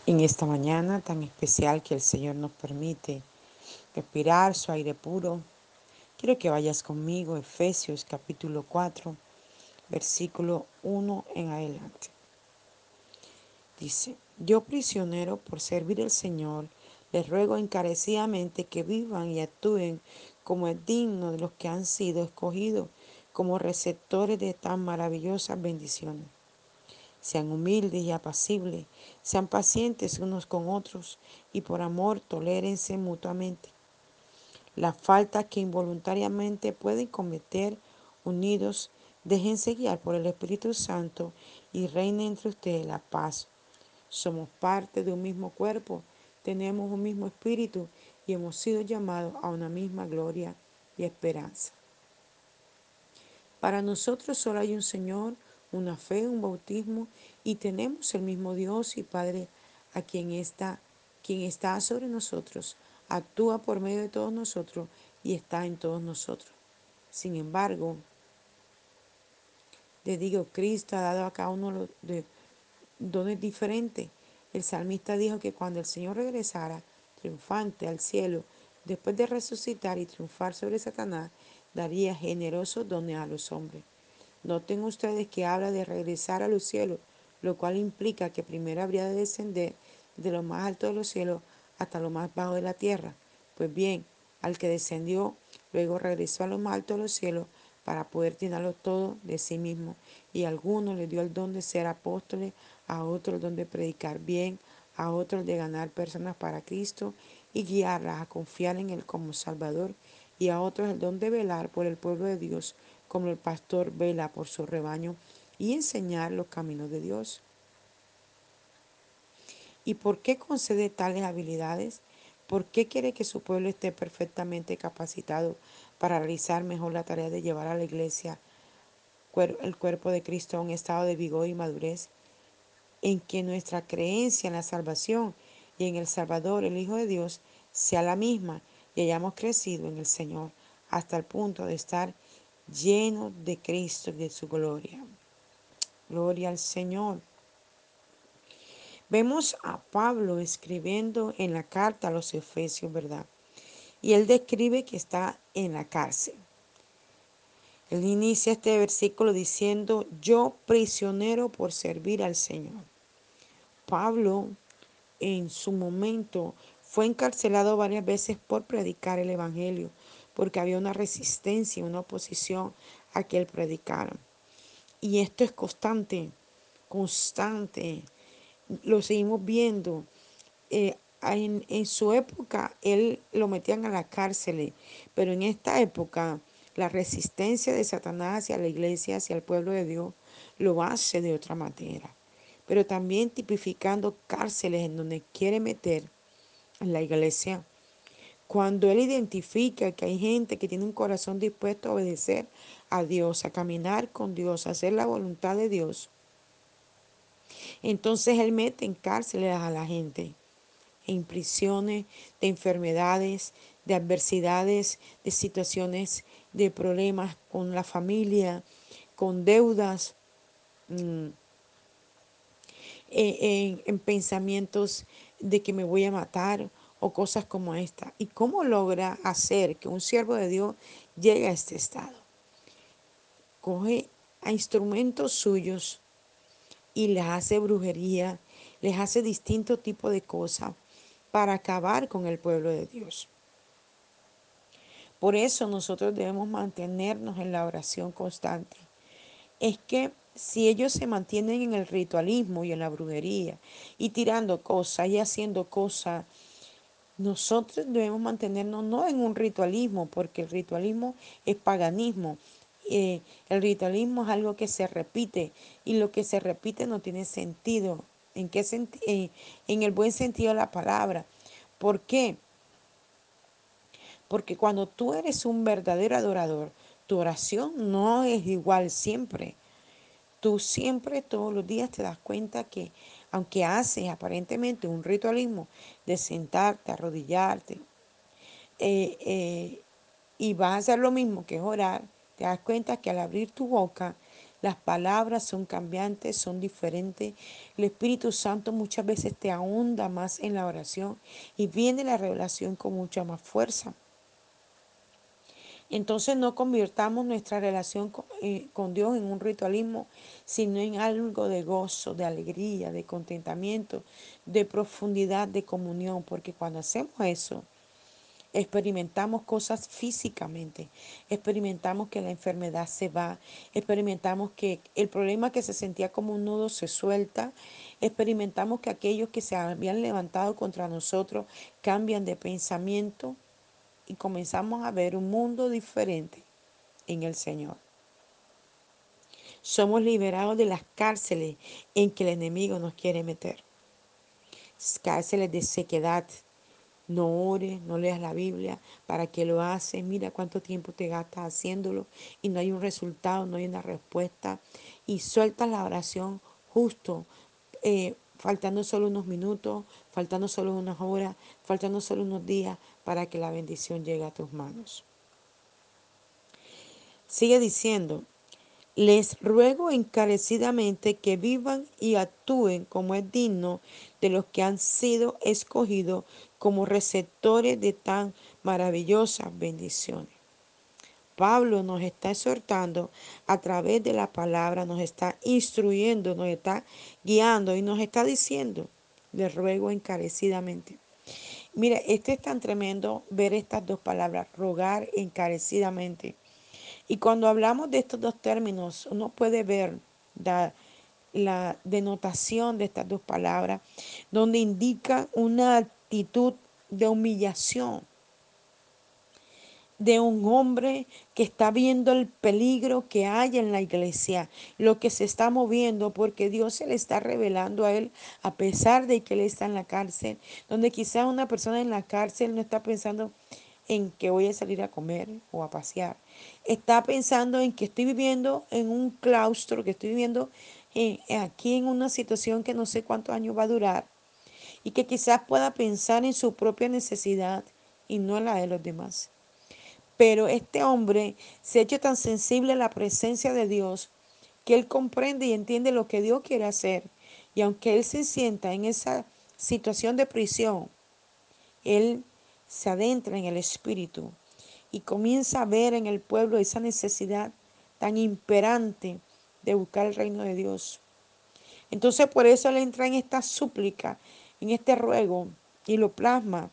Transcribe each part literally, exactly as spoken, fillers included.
En esta mañana tan especial que el Señor nos permite respirar su aire puro, quiero que vayas conmigo a Efesios capítulo cuatro, versículo uno en adelante. Dice: yo prisionero por servir al Señor, les ruego encarecidamente que vivan y actúen como es digno de los que han sido escogidos como receptores de tan maravillosas bendiciones. Sean humildes y apacibles, sean pacientes unos con otros y por amor tolérense mutuamente. Las faltas que involuntariamente pueden cometer unidos, déjense guiar por el Espíritu Santo y reine entre ustedes la paz. Somos parte de un mismo cuerpo, tenemos un mismo espíritu y hemos sido llamados a una misma gloria y esperanza. Para nosotros solo hay un Señor, una fe, un bautismo y tenemos el mismo Dios y Padre a quien está, quien está sobre nosotros, actúa por medio de todos nosotros y está en todos nosotros. Sin embargo, les digo, Cristo ha dado a cada uno de dones diferentes. El salmista dijo que cuando el Señor regresara triunfante al cielo, después de resucitar y triunfar sobre Satanás, daría generosos dones a los hombres. Noten ustedes que habla de regresar a los cielos, lo cual implica que primero habría de descender de lo más alto de los cielos hasta lo más bajo de la tierra. Pues bien, al que descendió, luego regresó a lo más alto de los cielos para poder llenarlo todo de sí mismo. Y a algunos les dio el don de ser apóstoles, a otros el don de predicar bien, a otros el de ganar personas para Cristo y guiarlas a confiar en Él como Salvador, y a otros el don de velar por el pueblo de Dios, como el pastor vela por su rebaño, y enseñar los caminos de Dios. ¿Y por qué concede tales habilidades? ¿Por qué quiere que su pueblo esté perfectamente capacitado para realizar mejor la tarea de llevar a la iglesia, el cuerpo de Cristo, a un estado de vigor y madurez, en que nuestra creencia en la salvación y en el Salvador, el Hijo de Dios, sea la misma y hayamos crecido en el Señor hasta el punto de estar llenos de Cristo y de su gloria? Gloria al Señor. Vemos a Pablo escribiendo en la carta a los Efesios, ¿verdad? Y él describe que está en la cárcel. Él inicia este versículo diciendo: yo prisionero por servir al Señor. Pablo en su momento fue encarcelado varias veces por predicar el Evangelio, porque había una resistencia, una oposición a que él predicara. Y esto es constante, constante. Lo seguimos viendo. Eh, en, en su época, él lo metían a la cárcel, pero en esta época, la resistencia de Satanás hacia la iglesia, hacia el pueblo de Dios, lo hace de otra manera. Pero también tipificando cárceles en donde quiere meter a la iglesia. Cuando él identifica que hay gente que tiene un corazón dispuesto a obedecer a Dios, a caminar con Dios, a hacer la voluntad de Dios, entonces él mete en cárceles a la gente, en prisiones de enfermedades, de adversidades, de situaciones de problemas con la familia, con deudas, mmm, en, en pensamientos de que me voy a matar o cosas como esta. ¿Y cómo logra hacer que un siervo de Dios llegue a este estado? Coge a instrumentos suyos y les hace brujería, les hace distinto tipo de cosas para acabar con el pueblo de Dios. Por eso nosotros debemos mantenernos en la oración constante. Es que si ellos se mantienen en el ritualismo y en la brujería y tirando cosas y haciendo cosas, nosotros debemos mantenernos no en un ritualismo, porque el ritualismo es paganismo. Eh, el ritualismo es algo que se repite y lo que se repite no tiene sentido. ¿En qué senti- eh, en el buen sentido de la palabra? ¿Por qué? Porque cuando tú eres un verdadero adorador, tu oración no es igual siempre. Tú siempre, todos los días te das cuenta que aunque haces aparentemente un ritualismo de sentarte, arrodillarte, eh, eh, y vas a hacer lo mismo que es orar, te das cuenta que al abrir tu boca, Las palabras son cambiantes, son diferentes. El Espíritu Santo muchas veces te ahonda más en la oración y viene la revelación con mucha más fuerza. Entonces no convirtamos nuestra relación con, eh, con Dios en un ritualismo, sino en algo de gozo, de alegría, de contentamiento, de profundidad, de comunión, porque cuando hacemos eso, experimentamos cosas físicamente, experimentamos que la enfermedad se va, experimentamos que el problema que se sentía como un nudo se suelta, experimentamos que aquellos que se habían levantado contra nosotros cambian de pensamiento y comenzamos a ver un mundo diferente en el Señor. Somos liberados de las cárceles en que el enemigo nos quiere meter. Cárceles de sequedad. No ores, no leas la Biblia. ¿Para qué lo haces? Mira cuánto tiempo te gastas haciéndolo y no hay un resultado, no hay una respuesta. Y sueltas la oración justo, eh, faltando solo unos minutos, faltando solo unas horas, faltando solo unos días para que la bendición llegue a tus manos. Sigue diciendo, les ruego encarecidamente que vivan y actúen como es digno de los que han sido escogidos como receptores de tan maravillosas bendiciones. Pablo nos está exhortando a través de la palabra, nos está instruyendo, nos está guiando y nos está diciendo, les ruego encarecidamente. Mira, este es tan tremendo ver estas dos palabras, rogar encarecidamente. Y cuando hablamos de estos dos términos, uno puede ver la, la denotación de estas dos palabras, donde indica una actitud de humillación de un hombre que está viendo el peligro que hay en la iglesia, lo que se está moviendo, porque Dios se le está revelando a él, a pesar de que él está en la cárcel, donde quizá una persona en la cárcel no está pensando en que voy a salir a comer o a pasear. Está pensando en que estoy viviendo en un claustro, que estoy viviendo en, aquí en una situación que no sé cuántos años va a durar y que quizás pueda pensar en su propia necesidad y no en la de los demás. Pero este hombre se ha hecho tan sensible a la presencia de Dios que él comprende y entiende lo que Dios quiere hacer. Y aunque él se sienta en esa situación de prisión, él se adentra en el Espíritu y comienza a ver en el pueblo esa necesidad tan imperante de buscar el reino de Dios. Entonces por eso él entra en esta súplica, en este ruego y lo plasma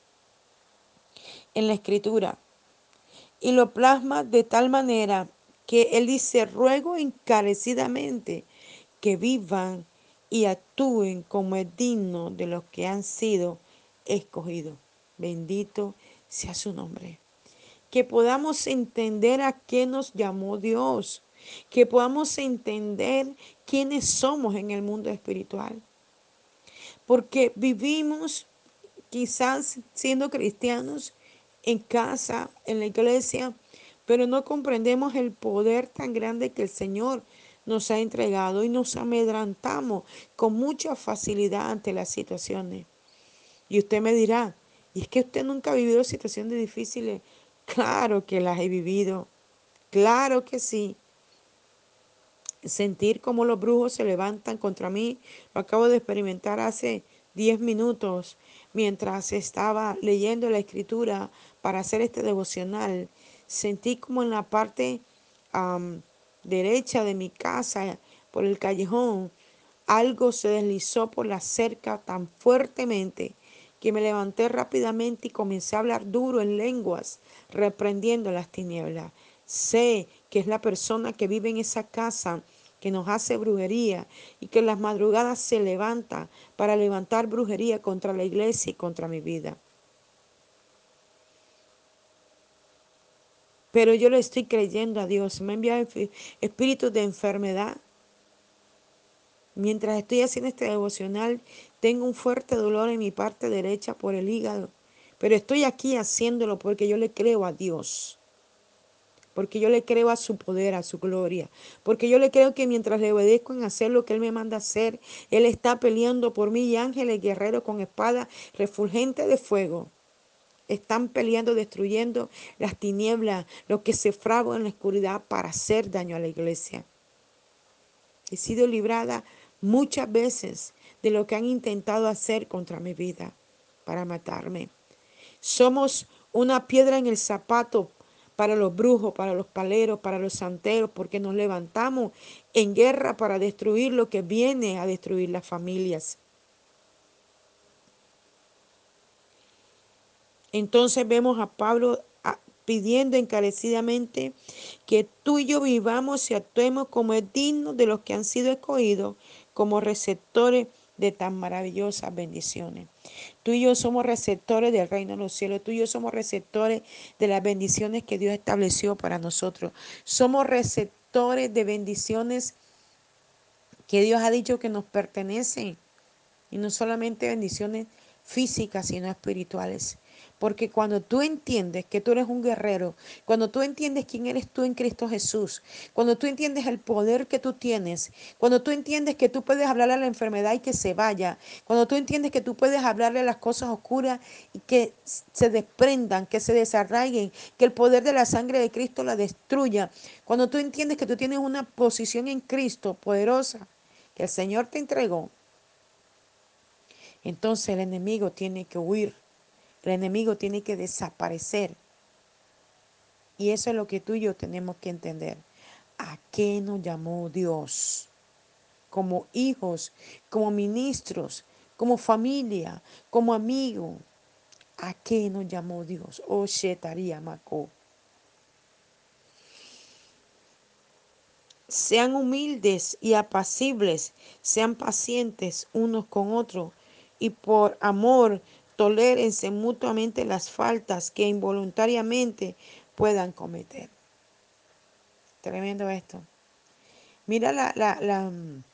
en la escritura. Y lo plasma de tal manera que él dice, ruego encarecidamente que vivan y actúen como es digno de los que han sido escogidos. Bendito sea su nombre. Que podamos entender a qué nos llamó Dios. Que podamos entender quiénes somos en el mundo espiritual. Porque vivimos quizás siendo cristianos en casa, en la iglesia, pero no comprendemos el poder tan grande que el Señor nos ha entregado y nos amedrantamos con mucha facilidad ante las situaciones. Y usted me dirá, ¿y es que usted nunca ha vivido situaciones difíciles? Claro que las he vivido, claro que sí. Sentir cómo los brujos se levantan contra mí, lo acabo de experimentar hace diez minutos mientras estaba leyendo la escritura para hacer este devocional. Sentí como en la parte um, derecha de mi casa, por el callejón, algo se deslizó por la cerca tan fuertemente que me levanté rápidamente y comencé a hablar duro en lenguas, reprendiendo las tinieblas. Sé que es la persona que vive en esa casa que nos hace brujería y que en las madrugadas se levanta para levantar brujería contra la iglesia y contra mi vida. Pero yo le estoy creyendo a Dios. Me ha enviado espíritus de enfermedad. Mientras estoy haciendo este devocional, tengo un fuerte dolor en mi parte derecha por el hígado. Pero estoy aquí haciéndolo porque yo le creo a Dios. Porque yo le creo a su poder, a su gloria. Porque yo le creo que mientras le obedezco en hacer lo que Él me manda hacer, Él está peleando por mí y ángeles guerreros con espada refulgente de fuego. Están peleando, destruyendo las tinieblas, lo que se fragua en la oscuridad para hacer daño a la iglesia. He sido librada muchas veces de lo que han intentado hacer contra mi vida para matarme. Somos una piedra en el zapato para los brujos, para los paleros, para los santeros, porque nos levantamos en guerra para destruir lo que viene a destruir las familias. Entonces vemos a Pablo a, pidiendo encarecidamente que tú y yo vivamos y actuemos como es digno de los que han sido escogidos como receptores de tan maravillosas bendiciones. Tú y yo somos receptores del reino de los cielos. Tú y yo somos receptores de las bendiciones que Dios estableció para nosotros. Somos receptores de bendiciones que Dios ha dicho que nos pertenecen. Y no solamente bendiciones físicas, sino espirituales. Porque cuando tú entiendes que tú eres un guerrero, cuando tú entiendes quién eres tú en Cristo Jesús, cuando tú entiendes el poder que tú tienes, cuando tú entiendes que tú puedes hablarle a la enfermedad y que se vaya, cuando tú entiendes que tú puedes hablarle a las cosas oscuras y que se desprendan, que se desarraiguen, que el poder de la sangre de Cristo la destruya, cuando tú entiendes que tú tienes una posición en Cristo poderosa, que el Señor te entregó, entonces el enemigo tiene que huir, el enemigo tiene que desaparecer. Y eso es lo que tú y yo tenemos que entender. ¿A qué nos llamó Dios? Como hijos, como ministros, como familia, como amigos. ¿A qué nos llamó Dios? Oh, Shetaria Mako. Sean humildes y apacibles, sean pacientes unos con otros y por amor tolérense mutuamente las faltas que involuntariamente puedan cometer. Tremendo esto. Mira la, la, la,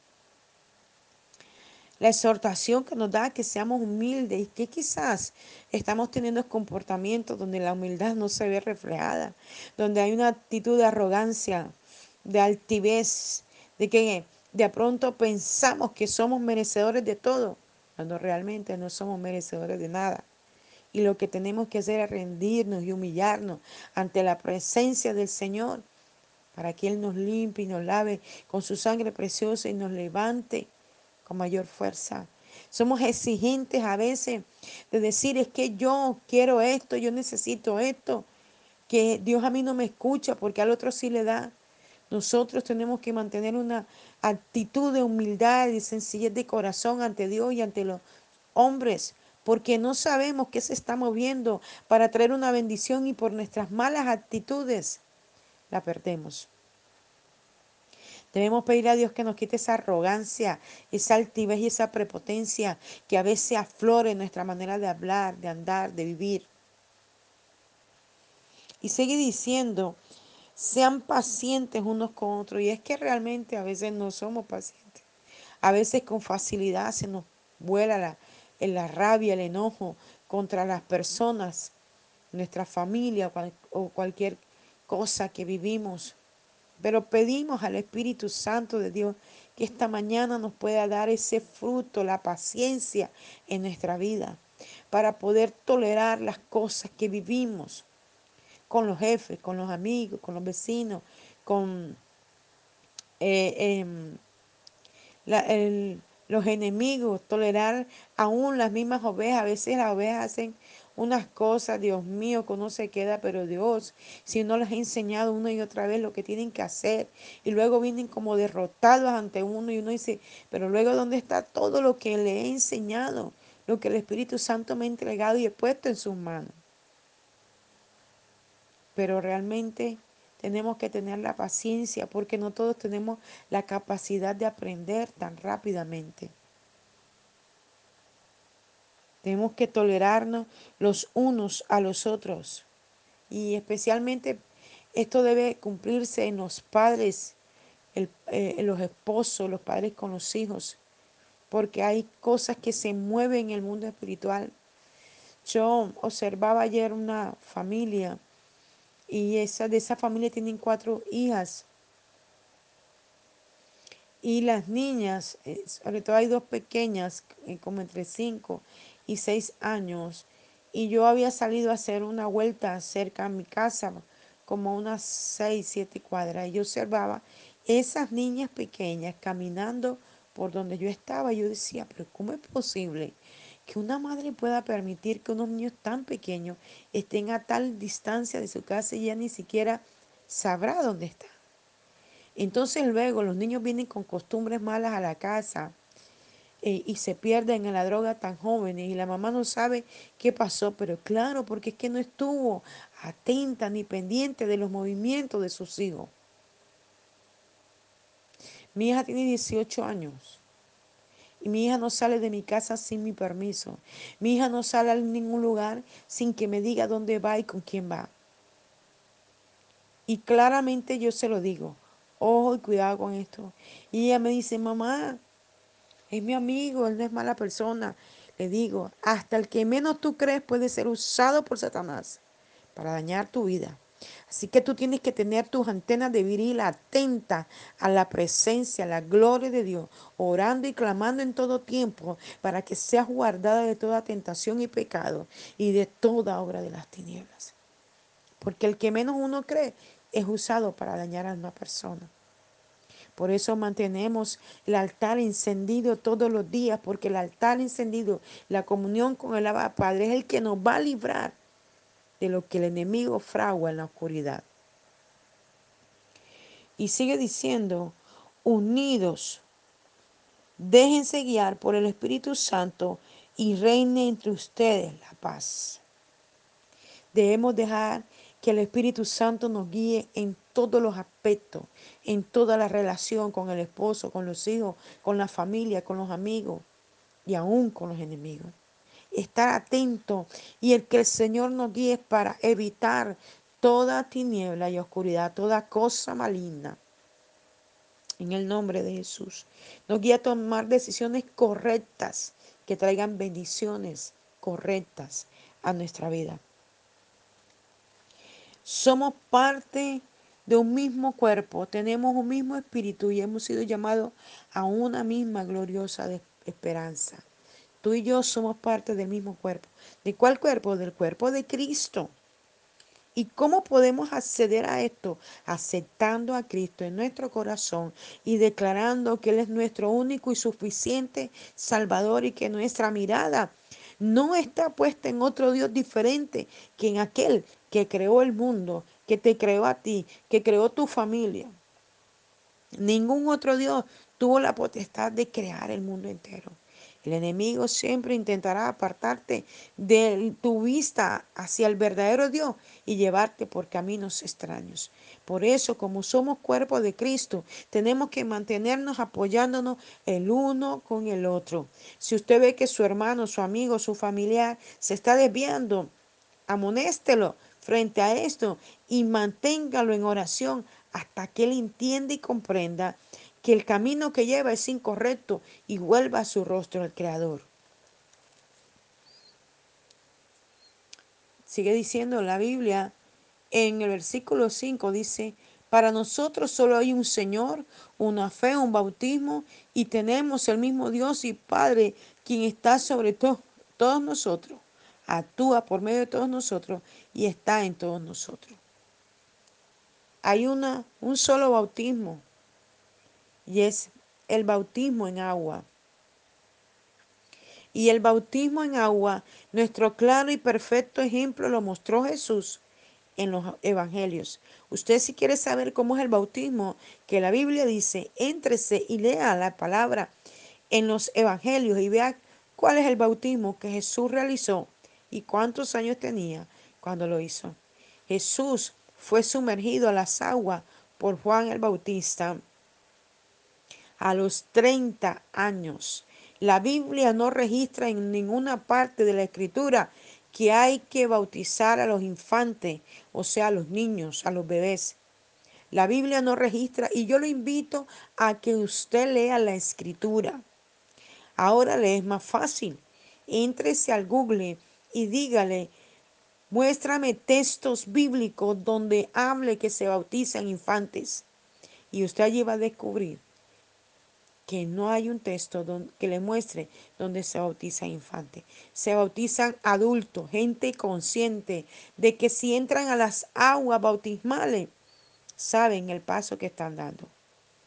la exhortación que nos da que seamos humildes y que quizás estamos teniendo comportamientos donde la humildad no se ve reflejada, donde hay una actitud de arrogancia, de altivez, de que de pronto pensamos que somos merecedores de todo, cuando realmente no somos merecedores de nada. Y lo que tenemos que hacer es rendirnos y humillarnos ante la presencia del Señor para que Él nos limpie y nos lave con su sangre preciosa y nos levante con mayor fuerza. Somos exigentes a veces de decir, es que yo quiero esto, yo necesito esto, que Dios a mí no me escucha porque al otro sí le da. Nosotros tenemos que mantener una actitud de humildad y sencillez de corazón ante Dios y ante los hombres, porque no sabemos qué se está moviendo para traer una bendición y por nuestras malas actitudes la perdemos. Debemos pedir a Dios que nos quite esa arrogancia, esa altivez y esa prepotencia que a veces aflora en nuestra manera de hablar, de andar, de vivir. Y sigue diciendo, sean pacientes unos con otros. Y es que realmente a veces no somos pacientes. A veces con facilidad se nos vuela la, la rabia, el enojo contra las personas, nuestra familia cual, o cualquier cosa que vivimos. Pero pedimos al Espíritu Santo de Dios que esta mañana nos pueda dar ese fruto, la paciencia en nuestra vida, para poder tolerar las cosas que vivimos con los jefes, con los amigos, con los vecinos, con eh, eh, la, el, los enemigos, tolerar aún las mismas ovejas. A veces las ovejas hacen unas cosas, Dios mío, que uno se queda, pero Dios, si no les ha enseñado una y otra vez lo que tienen que hacer, y luego vienen como derrotados ante uno, y uno dice, pero luego ¿dónde está todo lo que le he enseñado? Lo que el Espíritu Santo me ha entregado y he puesto en sus manos. Pero realmente tenemos que tener la paciencia porque no todos tenemos la capacidad de aprender tan rápidamente. Tenemos que tolerarnos los unos a los otros. Y especialmente esto debe cumplirse en los padres, el, eh, los esposos, los padres con los hijos. Porque hay cosas que se mueven en el mundo espiritual. Yo observaba ayer una familia y esa, de esa familia tienen cuatro hijas. Y las niñas, eh, sobre todo hay dos pequeñas, eh, como entre cinco y seis años, y yo había salido a hacer una vuelta cerca a mi casa, como unas seis, siete cuadras, y yo observaba esas niñas pequeñas caminando por donde yo estaba, yo decía, pero ¿cómo es posible que una madre pueda permitir que unos niños tan pequeños estén a tal distancia de su casa y ya ni siquiera sabrá dónde está? Entonces luego los niños vienen con costumbres malas a la casa, eh, y se pierden en la droga tan jóvenes y la mamá no sabe qué pasó, pero claro, porque es que no estuvo atenta ni pendiente de los movimientos de sus hijos. Mi hija tiene dieciocho años y mi hija no sale de mi casa sin mi permiso. Mi hija no sale a ningún lugar sin que me diga dónde va y con quién va. Y claramente yo se lo digo, ojo y cuidado con esto. Y ella me dice, mamá, es mi amigo, él no es mala persona. Le digo, hasta el que menos tú crees puede ser usado por Satanás para dañar tu vida. Así que tú tienes que tener tus antenas de viril atentas a la presencia, a la gloria de Dios, orando y clamando en todo tiempo para que seas guardada de toda tentación y pecado y de toda obra de las tinieblas. Porque el que menos uno cree es usado para dañar a una persona. Por eso mantenemos el altar encendido todos los días, porque el altar encendido, la comunión con el Abba Padre, es el que nos va a librar de lo que el enemigo fragua en la oscuridad. Y sigue diciendo, unidos, déjense guiar por el Espíritu Santo y reine entre ustedes la paz. Debemos dejar que el Espíritu Santo nos guíe en todos los aspectos, en toda la relación con el esposo, con los hijos, con la familia, con los amigos y aún con los enemigos. Estar atento y el que el Señor nos guíe para evitar toda tiniebla y oscuridad, toda cosa maligna. En el nombre de Jesús. Nos guía a tomar decisiones correctas que traigan bendiciones correctas a nuestra vida. Somos parte de un mismo cuerpo, tenemos un mismo espíritu y hemos sido llamados a una misma gloriosa esperanza. Tú y yo somos parte del mismo cuerpo. ¿De cuál cuerpo? Del cuerpo de Cristo. ¿Y cómo podemos acceder a esto? Aceptando a Cristo en nuestro corazón y declarando que Él es nuestro único y suficiente Salvador y que nuestra mirada no está puesta en otro Dios diferente que en aquel que creó el mundo, que te creó a ti, que creó tu familia. Ningún otro Dios tuvo la potestad de crear el mundo entero. El enemigo siempre intentará apartarte de tu vista hacia el verdadero Dios y llevarte por caminos extraños. Por eso, como somos cuerpo de Cristo, tenemos que mantenernos apoyándonos el uno con el otro. Si usted ve que su hermano, su amigo, su familiar se está desviando, amonéstelo frente a esto y manténgalo en oración hasta que él entienda y comprenda que el camino que lleva es incorrecto y vuelva a su rostro al Creador. Sigue diciendo la Biblia en el versículo cinco, dice, para nosotros solo hay un Señor, una fe, un bautismo y tenemos el mismo Dios y Padre quien está sobre to todos nosotros, actúa por medio de todos nosotros y está en todos nosotros. Hay una, un solo bautismo y es el bautismo en agua. Y el bautismo en agua, nuestro claro y perfecto ejemplo lo mostró Jesús en los evangelios. Usted si quiere saber cómo es el bautismo, que la Biblia dice, éntrese y lea la palabra en los evangelios y vea cuál es el bautismo que Jesús realizó y cuántos años tenía cuando lo hizo. Jesús fue sumergido a las aguas por Juan el Bautista a los treinta años. La Biblia no registra en ninguna parte de la Escritura que hay que bautizar a los infantes, o sea, a los niños, a los bebés. La Biblia no registra y yo lo invito a que usted lea la Escritura. Ahora le es más fácil. Éntrese al Google y dígale, muéstrame textos bíblicos donde hable que se bautizan infantes. Y usted allí va a descubrir que no hay un texto donde, que le muestre donde se bautiza infantes. Se bautizan adultos, gente consciente de que si entran a las aguas bautismales, saben el paso que están dando.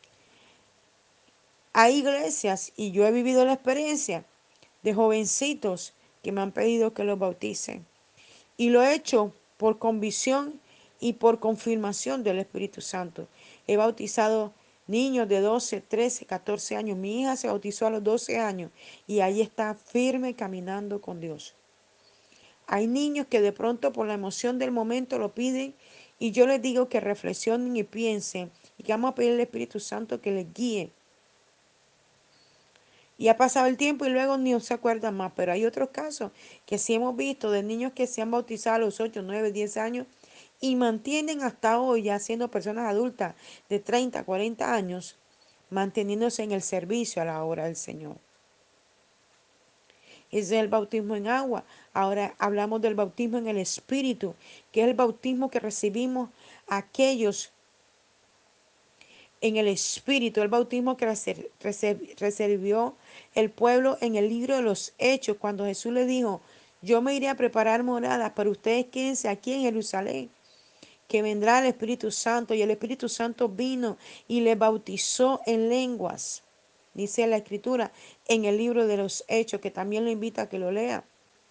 Hay iglesias, y yo he vivido la experiencia, de jovencitos que me han pedido que los bauticen. Y lo he hecho por convicción y por confirmación del Espíritu Santo. He bautizado niños de doce, trece, catorce años. Mi hija se bautizó a los doce años y ahí está firme caminando con Dios. Hay niños que de pronto por la emoción del momento lo piden y yo les digo que reflexionen y piensen y que vamos a pedir al Espíritu Santo que les guíe. Y ha pasado el tiempo y luego ni se acuerdan más. Pero hay otros casos que sí hemos visto de niños que se han bautizado a los ocho, nueve, diez años y mantienen hasta hoy, ya siendo personas adultas de treinta, cuarenta años, manteniéndose en el servicio a la obra del Señor. Ese es el bautismo en agua. Ahora hablamos del bautismo en el Espíritu, que es el bautismo que recibimos aquellos en el Espíritu, el bautismo que recibió el pueblo en el libro de los Hechos, cuando Jesús le dijo, yo me iré a preparar moradas, pero ustedes quédense aquí en Jerusalén, que vendrá el Espíritu Santo. Y el Espíritu Santo vino y les bautizó en lenguas, dice la Escritura, en el libro de los Hechos, que también lo invita a que lo lea.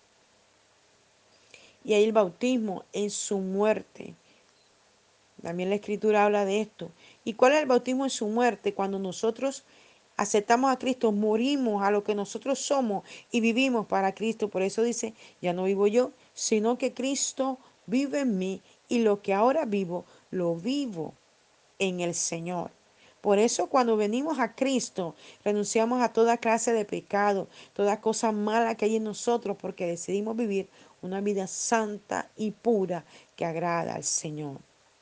Y ahí el bautismo en su muerte. También la Escritura habla de esto. ¿Y cuál es el bautismo en su muerte? Cuando nosotros aceptamos a Cristo, morimos a lo que nosotros somos y vivimos para Cristo. Por eso dice, ya no vivo yo, sino que Cristo vive en mí y lo que ahora vivo, lo vivo en el Señor. Por eso cuando venimos a Cristo, renunciamos a toda clase de pecado, toda cosa mala que hay en nosotros, porque decidimos vivir una vida santa y pura que agrada al Señor.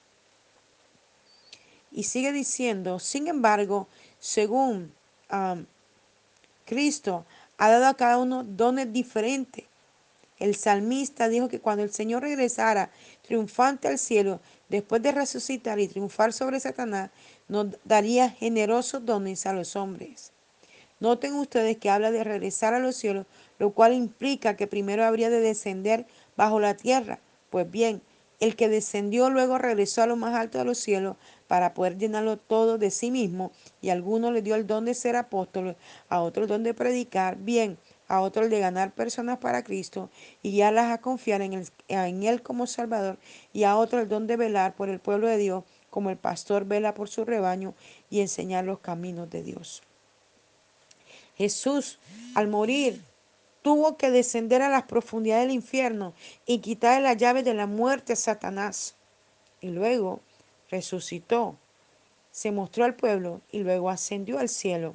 Y sigue diciendo, sin embargo, según um, Cristo ha dado a cada uno dones diferentes. El salmista dijo que cuando el Señor regresara triunfante al cielo, después de resucitar y triunfar sobre Satanás, nos daría generosos dones a los hombres. Noten ustedes que habla de regresar a los cielos, lo cual implica que primero habría de descender bajo la tierra. Pues bien, el que descendió luego regresó a lo más alto de los cielos para poder llenarlo todo de sí mismo, y a algunos le dio el don de ser apóstoles, a otros el don de predicar bien, a otros el de ganar personas para Cristo y guiarlas a confiar en, el, en Él como Salvador, y a otros el don de velar por el pueblo de Dios, como el pastor vela por su rebaño y enseñar los caminos de Dios. Jesús, al morir, tuvo que descender a las profundidades del infierno y quitarle las llaves de la muerte a Satanás. Y luego resucitó, se mostró al pueblo y luego ascendió al cielo.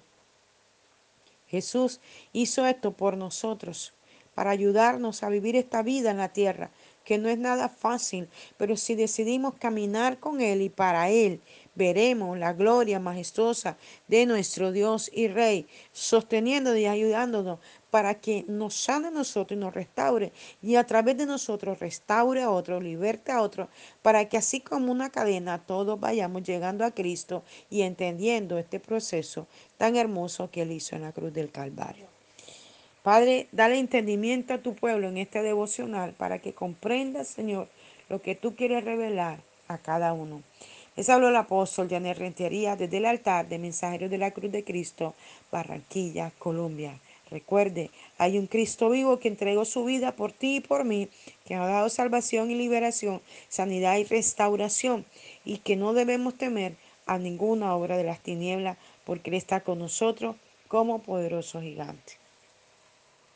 Jesús hizo esto por nosotros, para ayudarnos a vivir esta vida en la tierra, que no es nada fácil, pero si decidimos caminar con Él y para Él, veremos la gloria majestuosa de nuestro Dios y Rey, sosteniéndonos y ayudándonos para que nos sane a nosotros y nos restaure, y a través de nosotros restaure a otro, liberte a otro, para que así como una cadena todos vayamos llegando a Cristo y entendiendo este proceso tan hermoso que Él hizo en la cruz del Calvario. Padre, dale entendimiento a tu pueblo en este devocional para que comprenda, Señor, lo que tú quieres revelar a cada uno. Les habló el apóstol Janet Rentería desde el altar de Mensajeros de la Cruz de Cristo, Barranquilla, Colombia. Recuerde, hay un Cristo vivo que entregó su vida por ti y por mí, que ha dado salvación y liberación, sanidad y restauración, y que no debemos temer a ninguna obra de las tinieblas, porque Él está con nosotros como poderoso gigante.